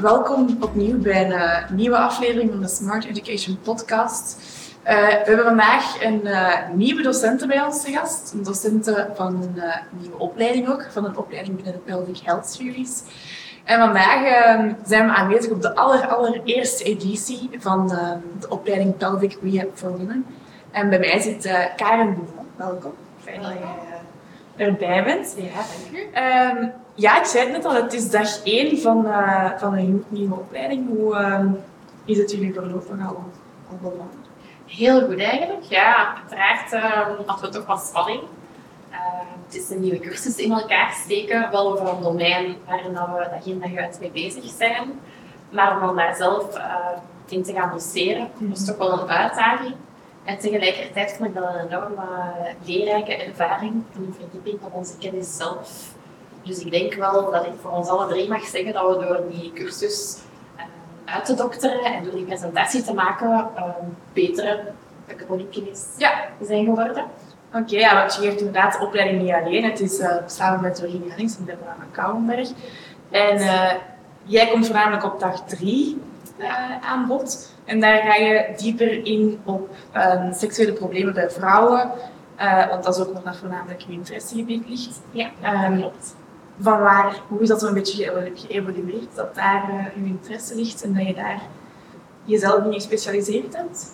welkom opnieuw bij een nieuwe aflevering van de Smart Education Podcast. We hebben vandaag een nieuwe docenten bij ons te gast. Een docenten van een nieuwe opleiding ook, van een opleiding binnen de Pelvic Health Series. En vandaag zijn we aanwezig op de allereerste editie van de opleiding Pelvic Rehab for Women. En bij mij zit Karen Boeman. Welkom. Fijn dat je erbij bent. Ja, dank u. Ja, ik zei het net al, het is dag 1 van een nieuwe opleiding. Hoe is het jullie voorlopig al bevallen? Heel goed eigenlijk. Ja, uiteraard hadden we toch wat spanning. Het is een nieuwe cursus in elkaar steken, wel over een domein waarin we dag in dag uit mee bezig zijn. Maar om daar zelf in te gaan doseren, was toch wel een uitdaging. En tegelijkertijd vond ik dat een enorm leerrijke ervaring en een verdieping van onze kennis zelf. Dus ik denk wel dat ik voor ons alle drie mag zeggen dat we door die cursus uit te dokteren en door die presentatie te maken betere academiekennis zijn geworden. Oké, ja, want je geeft inderdaad de opleiding niet alleen. Het is samen met Doreen Jennings en Deborah Kouwenberg. En jij komt voornamelijk op dag 3 aan bod. En daar ga je dieper in op seksuele problemen bij vrouwen. Want dat is ook nog dat voornamelijk je interessegebied ligt. Ja, klopt. Vanwaar, hoe is dat zo'n beetje geëvolueerd, dat daar je interesse ligt en dat je daar jezelf in gespecialiseerd hebt?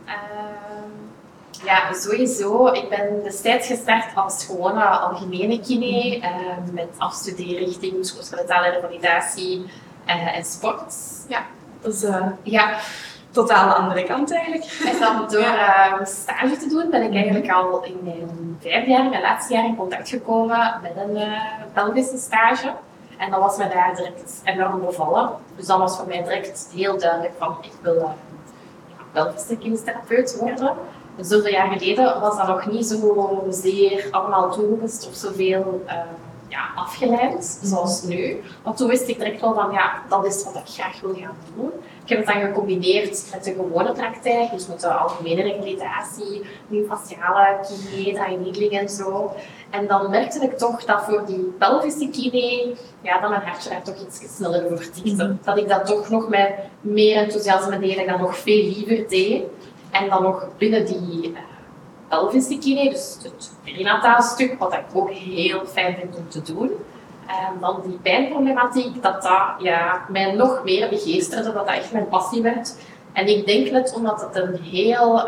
Ja, sowieso. Ik ben destijds gestart als gewone algemene kine, met afstuderen richting musculoskeletale revalidatie en sport. Ja, dat is totaal de andere kant eigenlijk. En dan door stage te doen ben ik eigenlijk al in mijn 5 jaar, mijn laatste jaar in contact gekomen met een Belgische stage. En dat was mij daar direct enorm bevallen. Dus dat was voor mij direct heel duidelijk van ik wil Belgische kinestherapeut worden. Dus zoveel jaar geleden was dat nog niet zo zeer allemaal toegepast of zoveel afgeleid zoals nu. Want toen wist ik direct wel van dat is wat ik graag wil gaan doen. Ik heb het dan gecombineerd met de gewone praktijk, dus met de algemene revalidatie, myofasciale kine, draaienigling en zo. En dan merkte ik toch dat voor die pelvische kine, dat mijn hartje daar toch iets sneller voor tikte. Dat ik dat toch nog met meer enthousiasme deed, dat ik dat nog veel liever deed. En dan nog binnen die pelvische kine, dus het perinatale stuk, wat ik ook heel fijn vind om te doen. En dan die pijnproblematiek, dat mij nog meer begeesterde, dat echt mijn passie werd. En ik denk net omdat het een heel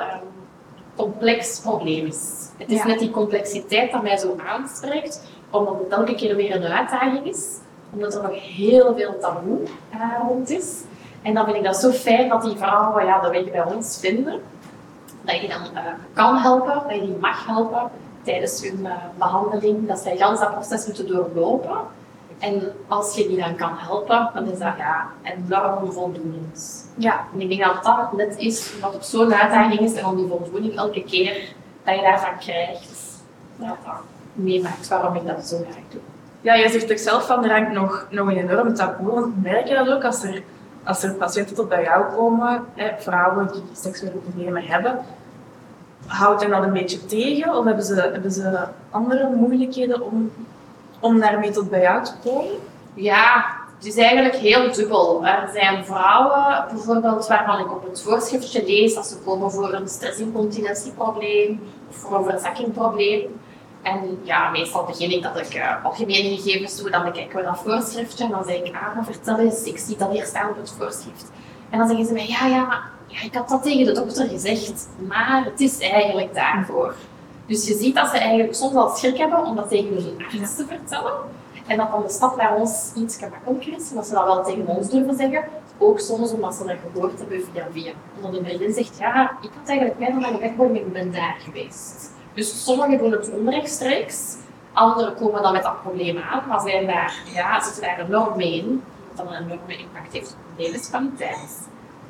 complex probleem is. Het is net die complexiteit dat mij zo aanspreekt, omdat het elke keer weer een uitdaging is. Omdat er nog heel veel taboe rond is. En dan vind ik dat zo fijn dat die vrouwen de weg bij ons vinden. Dat je dan kan helpen, dat je die mag helpen tijdens hun behandeling. Dat zij gans dat proces moeten doorlopen. En als je die dan kan helpen, dan is dat enorm voldoenend. Ja. En ik denk dat dat net is, omdat het zo'n uitdaging is en dan die voldoening elke keer dat je daarvan krijgt, dat meemaakt waarom ik dat zo graag doe. Ja, jij zegt toch zelf van er hangt nog een enorm taboe. Merk je dat ook als er patiënten tot bij jou komen, vrouwen die seksuele problemen hebben? Houdt hen dat een beetje tegen of hebben ze andere moeilijkheden om daarmee tot bij jou te komen? Ja, het is eigenlijk heel dubbel. Er zijn vrouwen bijvoorbeeld waarvan ik op het voorschriftje lees dat ze komen voor een stressincontinentieprobleem of voor een verzakkingprobleem. En meestal begin ik dat ik algemene gegevens doe, dan bekijken we dat voorschriftje en dan zeg ik, vertel eens, ik zie dat hier staan op het voorschrift. En dan zeggen ze mij, ik had dat tegen de dokter gezegd, maar het is eigenlijk daarvoor. Dus je ziet dat ze eigenlijk soms al schrik hebben om dat tegen hun arts te vertellen. En dat dan de stap bij ons iets gemakkelijker is, en dat ze dat wel tegen ons durven zeggen. Ook soms omdat ze dat gehoord hebben via. Omdat een vriendin zegt, ik had eigenlijk mij van weg en ik ben daar geweest. Dus sommigen doen het onrechtstreeks, anderen komen dan met dat probleem aan, maar zitten daar enorm mee in, omdat dat een enorme impact heeft op de levenskwaliteit.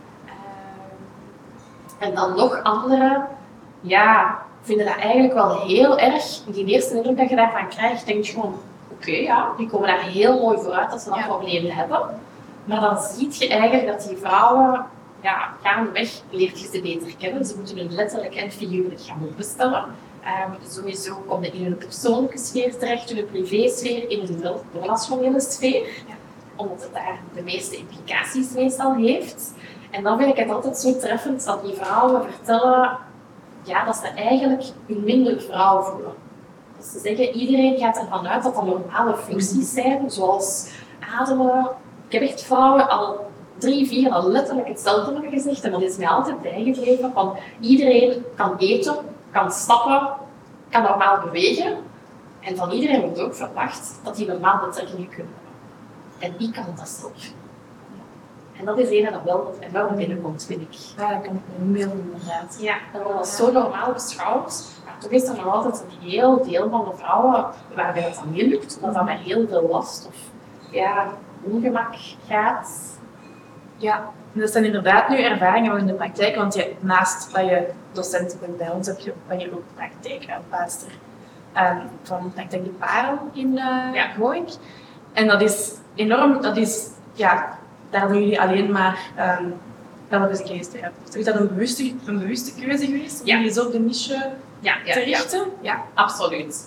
En dan nog anderen, vinden dat eigenlijk wel heel erg. Die eerste indruk dat je daarvan krijgt, denk je gewoon, die komen daar heel mooi vooruit dat ze dat probleem hebben. Maar dan zie je eigenlijk dat die vrouwen, gaandeweg leert je ze beter kennen. Ze moeten hun letterlijk en figuurlijk gaan opstellen. Sowieso komt het in hun persoonlijke sfeer terecht, in hun privésfeer, in hun relationele sfeer. omdat het daar de meeste implicaties meestal heeft. En dan vind ik het altijd zo treffend dat die vrouwen vertellen dat ze eigenlijk hun minder vrouw voelen. Dus ze zeggen, iedereen gaat ervan uit dat dat normale functies zijn, zoals ademen. Ik heb echt vrouwen al 3, 4 al letterlijk hetzelfde hebben gezegd en dat is mij altijd bijgebleven van iedereen kan eten, kan stappen, kan normaal bewegen en van iedereen wordt ook verwacht dat die normaal betrekkingen kunnen hebben. En ik kan dat zelf. En dat is een dat wel enorm binnenkomt, vind ik. Ja, dat kan ik me heel inderdaad. Ja, dat wordt als zo normaal beschouwd. Maar toch is er nog altijd een heel deel van de vrouwen waarbij het dan niet lukt, omdat dat met heel veel last of ongemak gaat. Ja, dat zijn inderdaad nu ervaringen in de praktijk, want naast dat je docent bent bij ons, ben je ook praktijkuitbaatster van Praktijk de Parel in Gooik. En dat is enorm, daar doen jullie alleen maar Belgische geesttherapeuten. Is dat een bewuste keuze geweest om jullie zo op de niche te richten? Ja, absoluut.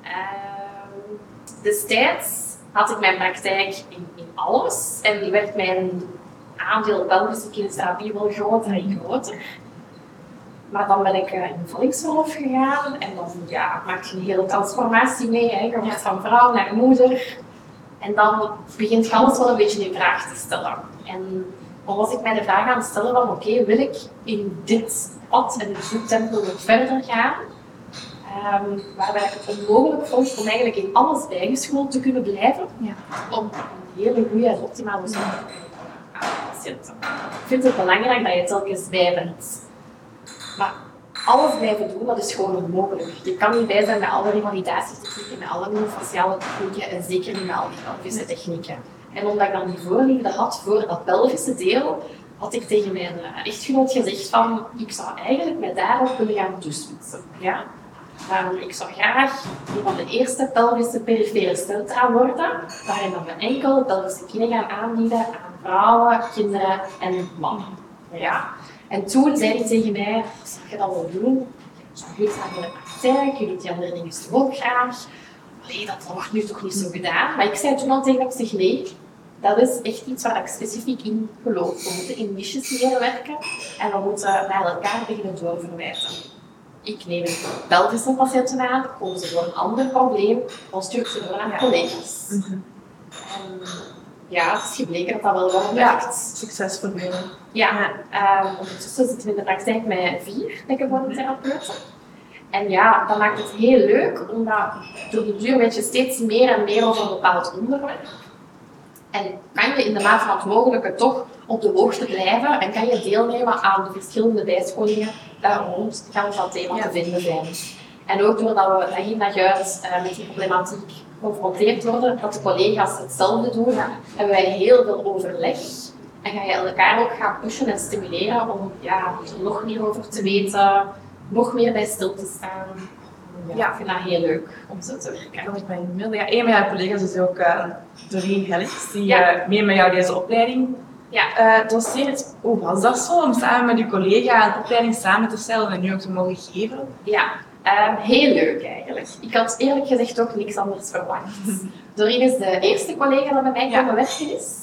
Destijds had ik mijn praktijk in alles en werd mijn aandeel Belgische kinestherapie wel groter en groter. Maar dan ben ik in bevallingsverlof gegaan en dan maak je een hele transformatie mee. Hè. Je wordt van vrouw naar moeder. En dan begint je alles wel een beetje in vraag te stellen. En dan was ik mij de vraag aan het stellen van oké, wil ik in dit pad en dit zoektempo nog verder gaan? Waarbij ik het onmogelijk vond om eigenlijk in alles bijgeschoold te kunnen blijven. Ja. Om een hele goede en optimale zorg te kunnen aan de patiënten. Ik vind het belangrijk dat je telkens bij bent. Maar alles blijven doen, dat is gewoon onmogelijk. Je kan niet bij zijn met alle revalidatietechnieken, met alle myofasciale technieken en zeker niet met al die Belgische technieken. En omdat ik dan die voorliefde had voor dat Belgische deel, had ik tegen mijn echtgenoot gezegd van, ik zou eigenlijk mij daarop willen gaan toespitsen. Ja? Ik zou graag een van de eerste Belgische perifere centra worden, waarin we enkel Belgische kinderen gaan aanbieden aan vrouwen, kinderen en mannen. Ja? En toen zei hij tegen mij, zou je dat wel doen? Je goed aan de praktijk, je doet die andere dingen toch ook graag. Allee, dat wordt nu toch niet zo gedaan. Maar ik zei toen al tegen hem, zeg nee, dat is echt iets waar ik specifiek in geloof. We moeten in niches leren werken en we moeten naar elkaar beginnen doorverwijzen. Ik neem een Belgische patiënten aan, komen ze voor een ander probleem, dan stuur ik ze door naar collega's. En het is gebleken dat dat wel werkt. Succesvol. Ja, ondertussen zitten we in de praktijk met 4 dekkenbodemtherapeuten. En dat maakt het heel leuk, omdat door de duur weet je steeds meer en meer over een bepaald onderwerp. En kan je in de mate van het mogelijke toch op de hoogte blijven en kan je deelnemen aan de verschillende bijscholingen daar rond dat thema te vinden zijn. En ook doordat we dag in dag uit met die problematiek geconfronteerd worden, dat de collega's hetzelfde doen, hebben wij heel veel overleg. En ga je elkaar ook gaan pushen en stimuleren om er nog meer over te weten, nog meer bij stil te staan. Ja, ik vind dat heel leuk om zo te werken. Dat is mijn inmiddels. Ja, een van jouw collega's is ook Doreen Helliks, die mee met jou deze opleiding doseert. Hoe was dat zo, om samen met je collega een opleiding samen te stellen en nu ook te mogen geven? Ja, heel leuk eigenlijk. Ik had eerlijk gezegd ook niks anders verwacht. Doreen is de eerste collega dat bij mij komen werken is.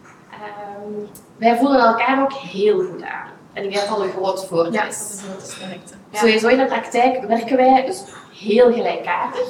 Wij voelen elkaar ook heel goed aan. En ik denk dat dat een groot voordeel is. Ja, dat is een grote sterkte. Ja. Sowieso in de praktijk werken wij dus heel gelijkaardig.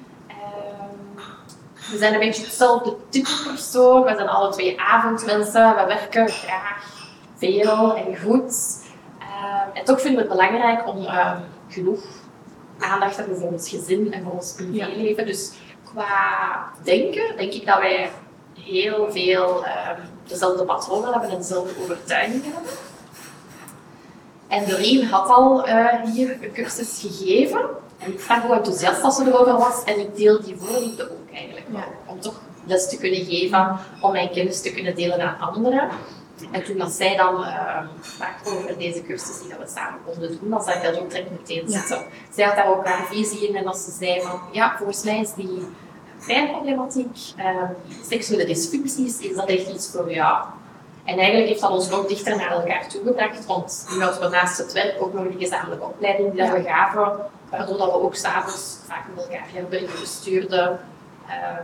We zijn een beetje hetzelfde type persoon. We zijn alle 2 avondmensen. We werken graag veel en goed. En toch vinden we het belangrijk om genoeg aandacht te hebben voor ons gezin en voor ons privéleven. Dus qua denken denk ik dat wij heel veel dezelfde patronen hebben en dezelfde overtuigingen hebben. En Doreen had al hier een cursus gegeven. En ik zag hoe enthousiast dat ze erover was. En ik deel die voorliefde ook eigenlijk wel. Om toch les te kunnen geven, om mijn kennis te kunnen delen aan anderen. En toen dat zij dan sprak over deze cursus die we samen konden doen, dan zag ik dat ook direct meteen zitten. Zij had daar ook haar visie in en als ze zei van, volgens mij is die pijnproblematiek, seksuele dysfuncties, is dat echt iets voor jou. En eigenlijk heeft dat ons nog dichter naar elkaar toegebracht, want nu hadden we naast het werk ook nog een gezamenlijke opleiding die we gaven, waardoor dat we ook s'avonds vaak met elkaar hebben gestuurde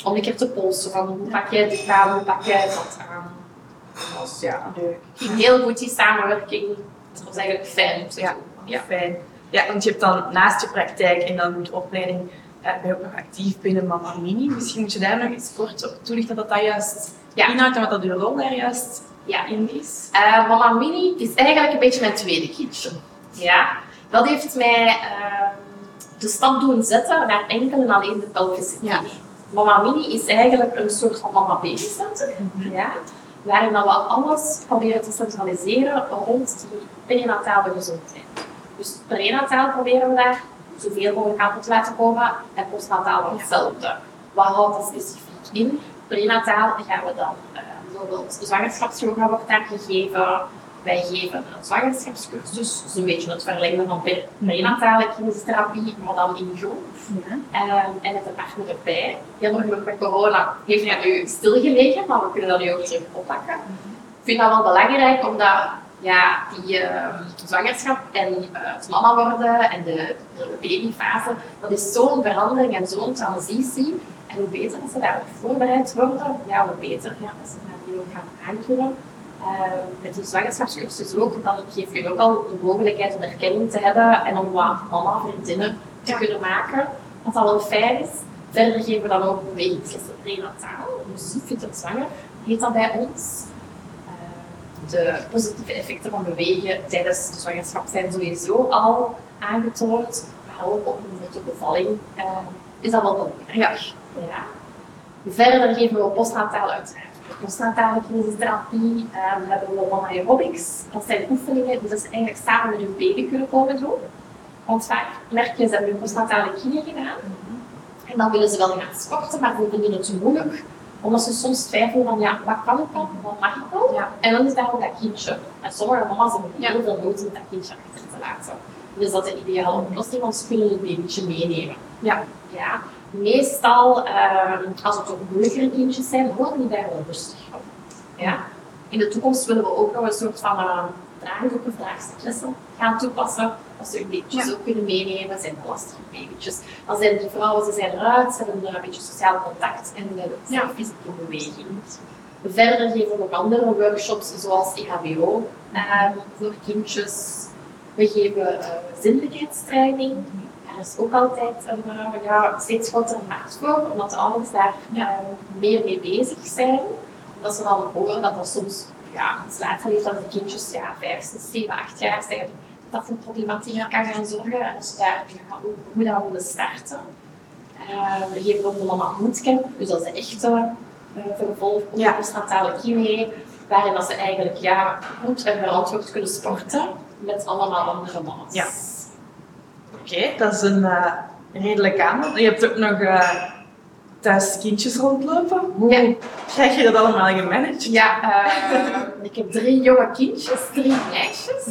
om een keer te polsen van hoe pak jij dit aan, hoe pak jij dat aan. Dat was leuk. Het ging heel goed, die samenwerking. Het was eigenlijk fijn om te doen. Ja, fijn. Ja, want je hebt dan naast je praktijk en dan de opleiding ben je ook nog actief binnen Mama Mini. Misschien moet je daar nog iets kort op toelichten wat dat juist inhoudt en wat dat je rol daar juist in is. Mama Mini is eigenlijk een beetje mijn tweede kindje. Ja, dat heeft mij de stap doen zetten naar enkel en alleen de pelvische kliniek. Mama Mini is eigenlijk een soort van mama-baby-center, waarin we alles proberen te centraliseren rond die perinatale gezondheid. Dus prenataal proberen we daar zoveel mogelijk aan te laten komen en postnataal hetzelfde. Wat houdt dat specifiek in? Prenataal gaan we dan bijvoorbeeld zwangerschapsyoga wordt daar gegeven. Wij geven een zwangerschapscursus, dus een beetje het verlengen van prenatale kinesiotherapie, maar dan in groep. En met de partner erbij. Heel erg met corona heeft dat nu stilgelegen, maar we kunnen dat nu ook terug oppakken. Ik vind dat wel belangrijk, omdat die zwangerschap en het mama worden en de babyfase, dat is zo'n verandering en zo'n transitie. En hoe beter ze daarop voorbereid worden, hoe beter dat ze naar die ook gaan aanvullen. Met de zwangerschapscursus ook, dan geef je ook al de mogelijkheid om erkenning te hebben en om wat mama-vriendinnen te kunnen maken, wat al wel fijn is. Verder geven we dan ook bewegingslessen prenataal, dus fitter zwanger heet dat bij ons. De positieve effecten van bewegen tijdens de zwangerschap zijn sowieso al aangetoond, maar ook op de bevalling is dat wel belangrijk. Ja. Verder geven we postnataal uiteraard. Postnatale kinesiotherapie hebben we mama aerobics. Dat zijn oefeningen die ze eigenlijk samen met hun baby kunnen komen doen. Want vaak merk je, ze hebben hun postnatale kine gedaan. En dan willen ze wel gaan sporten, maar ze vinden het moeilijk. Omdat ze soms twijfelen van, wat kan ik dan, wat mag ik wel? En dan is daar ook dat kindje. En sommige mama's hebben heel veel moeite met dat kindje achter te laten. Dus dat is de ideale oplossing, want ze kunnen het babytje meenemen. Meestal, als het ook moeilijkere kindjes zijn, worden die daar wel rustig van. In de toekomst willen we ook nog een soort van draagdoek of draagstoklessen gaan toepassen. Dat ze hun babytjes ook kunnen meenemen, zijn de lastige babytjes. Dan zijn die vrouwen, ze zijn eruit, ze hebben een beetje sociaal contact en fysieke beweging. Verder geven we ook andere workshops, zoals EHBO voor kindjes. We geven zindelijkheidstraining. Er is ook altijd een steeds grotere markt voor, omdat de ouders daar meer mee bezig zijn. Omdat ze dan horen dat er soms iets later heeft dat de kindjes 5, 6, 7, 8 jaar zijn, dat voor problematiek kan gaan zorgen. En als je daar hoe dat we willen starten. We geven ook een mama bootcamp, dus dat is de echte vervolg op de postnatale kine, waarin dat ze eigenlijk goed en verantwoord kunnen sporten met allemaal andere mama's. Oké, dat is een redelijk aanbod. Je hebt ook nog thuis kindjes rondlopen. Hoe krijg je dat allemaal gemanaged? Ik heb 3 jonge kindjes, 3 meisjes.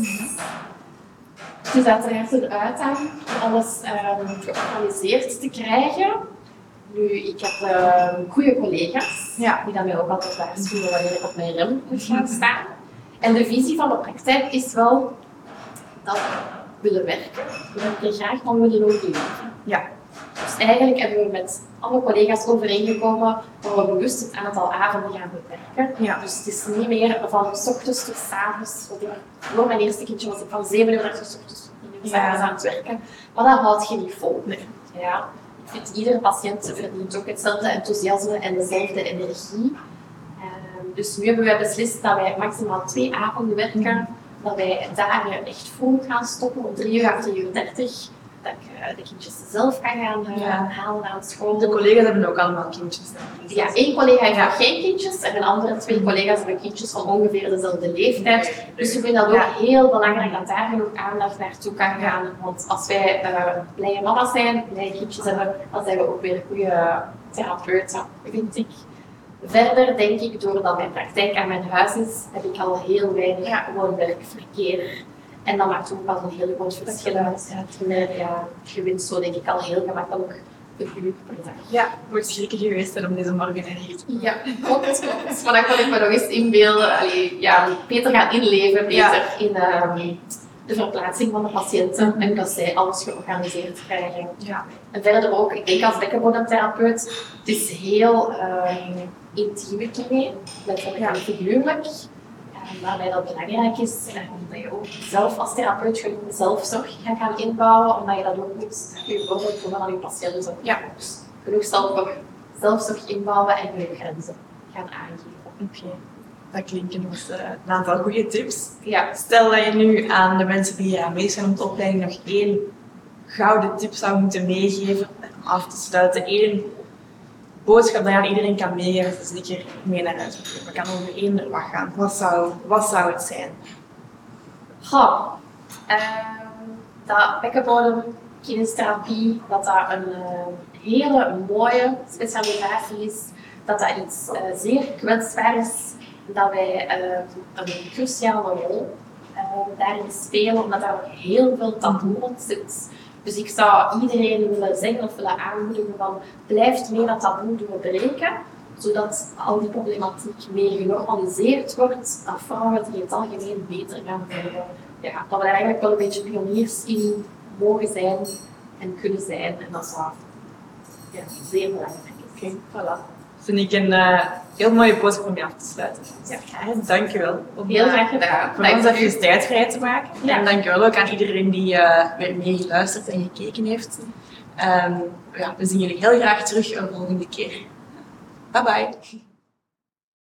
Het is uiteraard een uitdaging om alles georganiseerd te krijgen. Nu, ik heb goede collega's die dat mij ook altijd waarschuwen wanneer ik op mijn rem moet gaan staan. En de visie van de praktijk is wel dat we willen werken, we werken graag, maar we willen ook leven. Dus eigenlijk hebben we met alle collega's overeengekomen dat we bewust het aantal avonden gaan beperken. Dus het is niet meer van 's ochtends tot 's avonds. Voor mijn eerste kindje was ik van 7 uur 's ochtends tot 10 uur 's avonds aan het werken. Maar dat houdt je niet vol. Ik vind iedere patiënt verdient ook hetzelfde enthousiasme en dezelfde energie. Dus nu hebben wij beslist dat wij maximaal 2 avonden werken. Dat wij dagen echt vroeg gaan stoppen om 3 uur, 3 uur 30. Dat ik de kindjes zelf kan gaan halen aan school. De collega's hebben ook allemaal kindjes. Ja, 1 collega heeft nog geen kindjes en de andere 2 collega's hebben kindjes van ongeveer dezelfde leeftijd. Dus we vinden dat ook heel belangrijk dat daar genoeg aandacht naartoe kan gaan. Want als wij blije mama's zijn, blije kindjes hebben, dan zijn we ook weer goede therapeuten, vind ik. Verder denk ik, doordat mijn praktijk aan mijn huis is, heb ik al heel weinig woon-werkverkeer. En dat maakt ook wel een heel groot verschil uit. Je wint zo denk ik al heel gemakkelijk een uur per dag. Ja, het wordt schrikken geweest om deze morgen hier te Ja, klopt. Maar dan kan ik me nog eens inbeelden. Peter gaat inleven, Peter in de verplaatsing van de patiënten en dat zij alles georganiseerd krijgen. Ja. En verder ook, ik denk als bekkenbodemtherapeut, het is heel intieme kinee, letterlijk en figuurlijk. Waarbij dat belangrijk is, dat je ook zelf als therapeut gewoon zelfzorg gaat gaan inbouwen, omdat je dat ook moet bijvoorbeeld doen aan je patiënten. Ja. Dus genoeg zelfzorg inbouwen en je grenzen gaan aangeven. Oké. Dat klinken als een aantal goede tips. Ja. Stel dat je nu aan de mensen die hier aanwezig zijn op de opleiding nog 1 gouden tip zou moeten meegeven om af te sluiten. 1 boodschap dat je aan iedereen kan meegeven, dat ze zeker mee naar huis moet nemen. kan over 1 dag gaan. Wat zou het zijn? Dat bekkenbodemkinestherapie, dat een hele mooie specialisatie is. Dat iets zeer kwetsbaar is. Dat wij een cruciale rol daarin spelen, omdat daar nog heel veel taboe rond zit. Dus ik zou iedereen willen zeggen of willen aanmoedigen van blijf mee dat taboe doorbreken, zodat al die problematiek meer genormaliseerd wordt, dat vrouwen het in het algemeen beter gaan vinden. Ja, dat we daar eigenlijk wel een beetje pioniers in mogen zijn en kunnen zijn. En dat zou zeer belangrijk zijn. Oké, voilà. Vind ik een heel mooie boodschap om je af te sluiten. Ja. Dankjewel. Heel graag gedaan. Voor ons even tijd vrij te maken. Ja. En dankjewel ook aan iedereen die weer meegeluisterd en gekeken heeft. We zien jullie heel graag terug een volgende keer. Bye bye.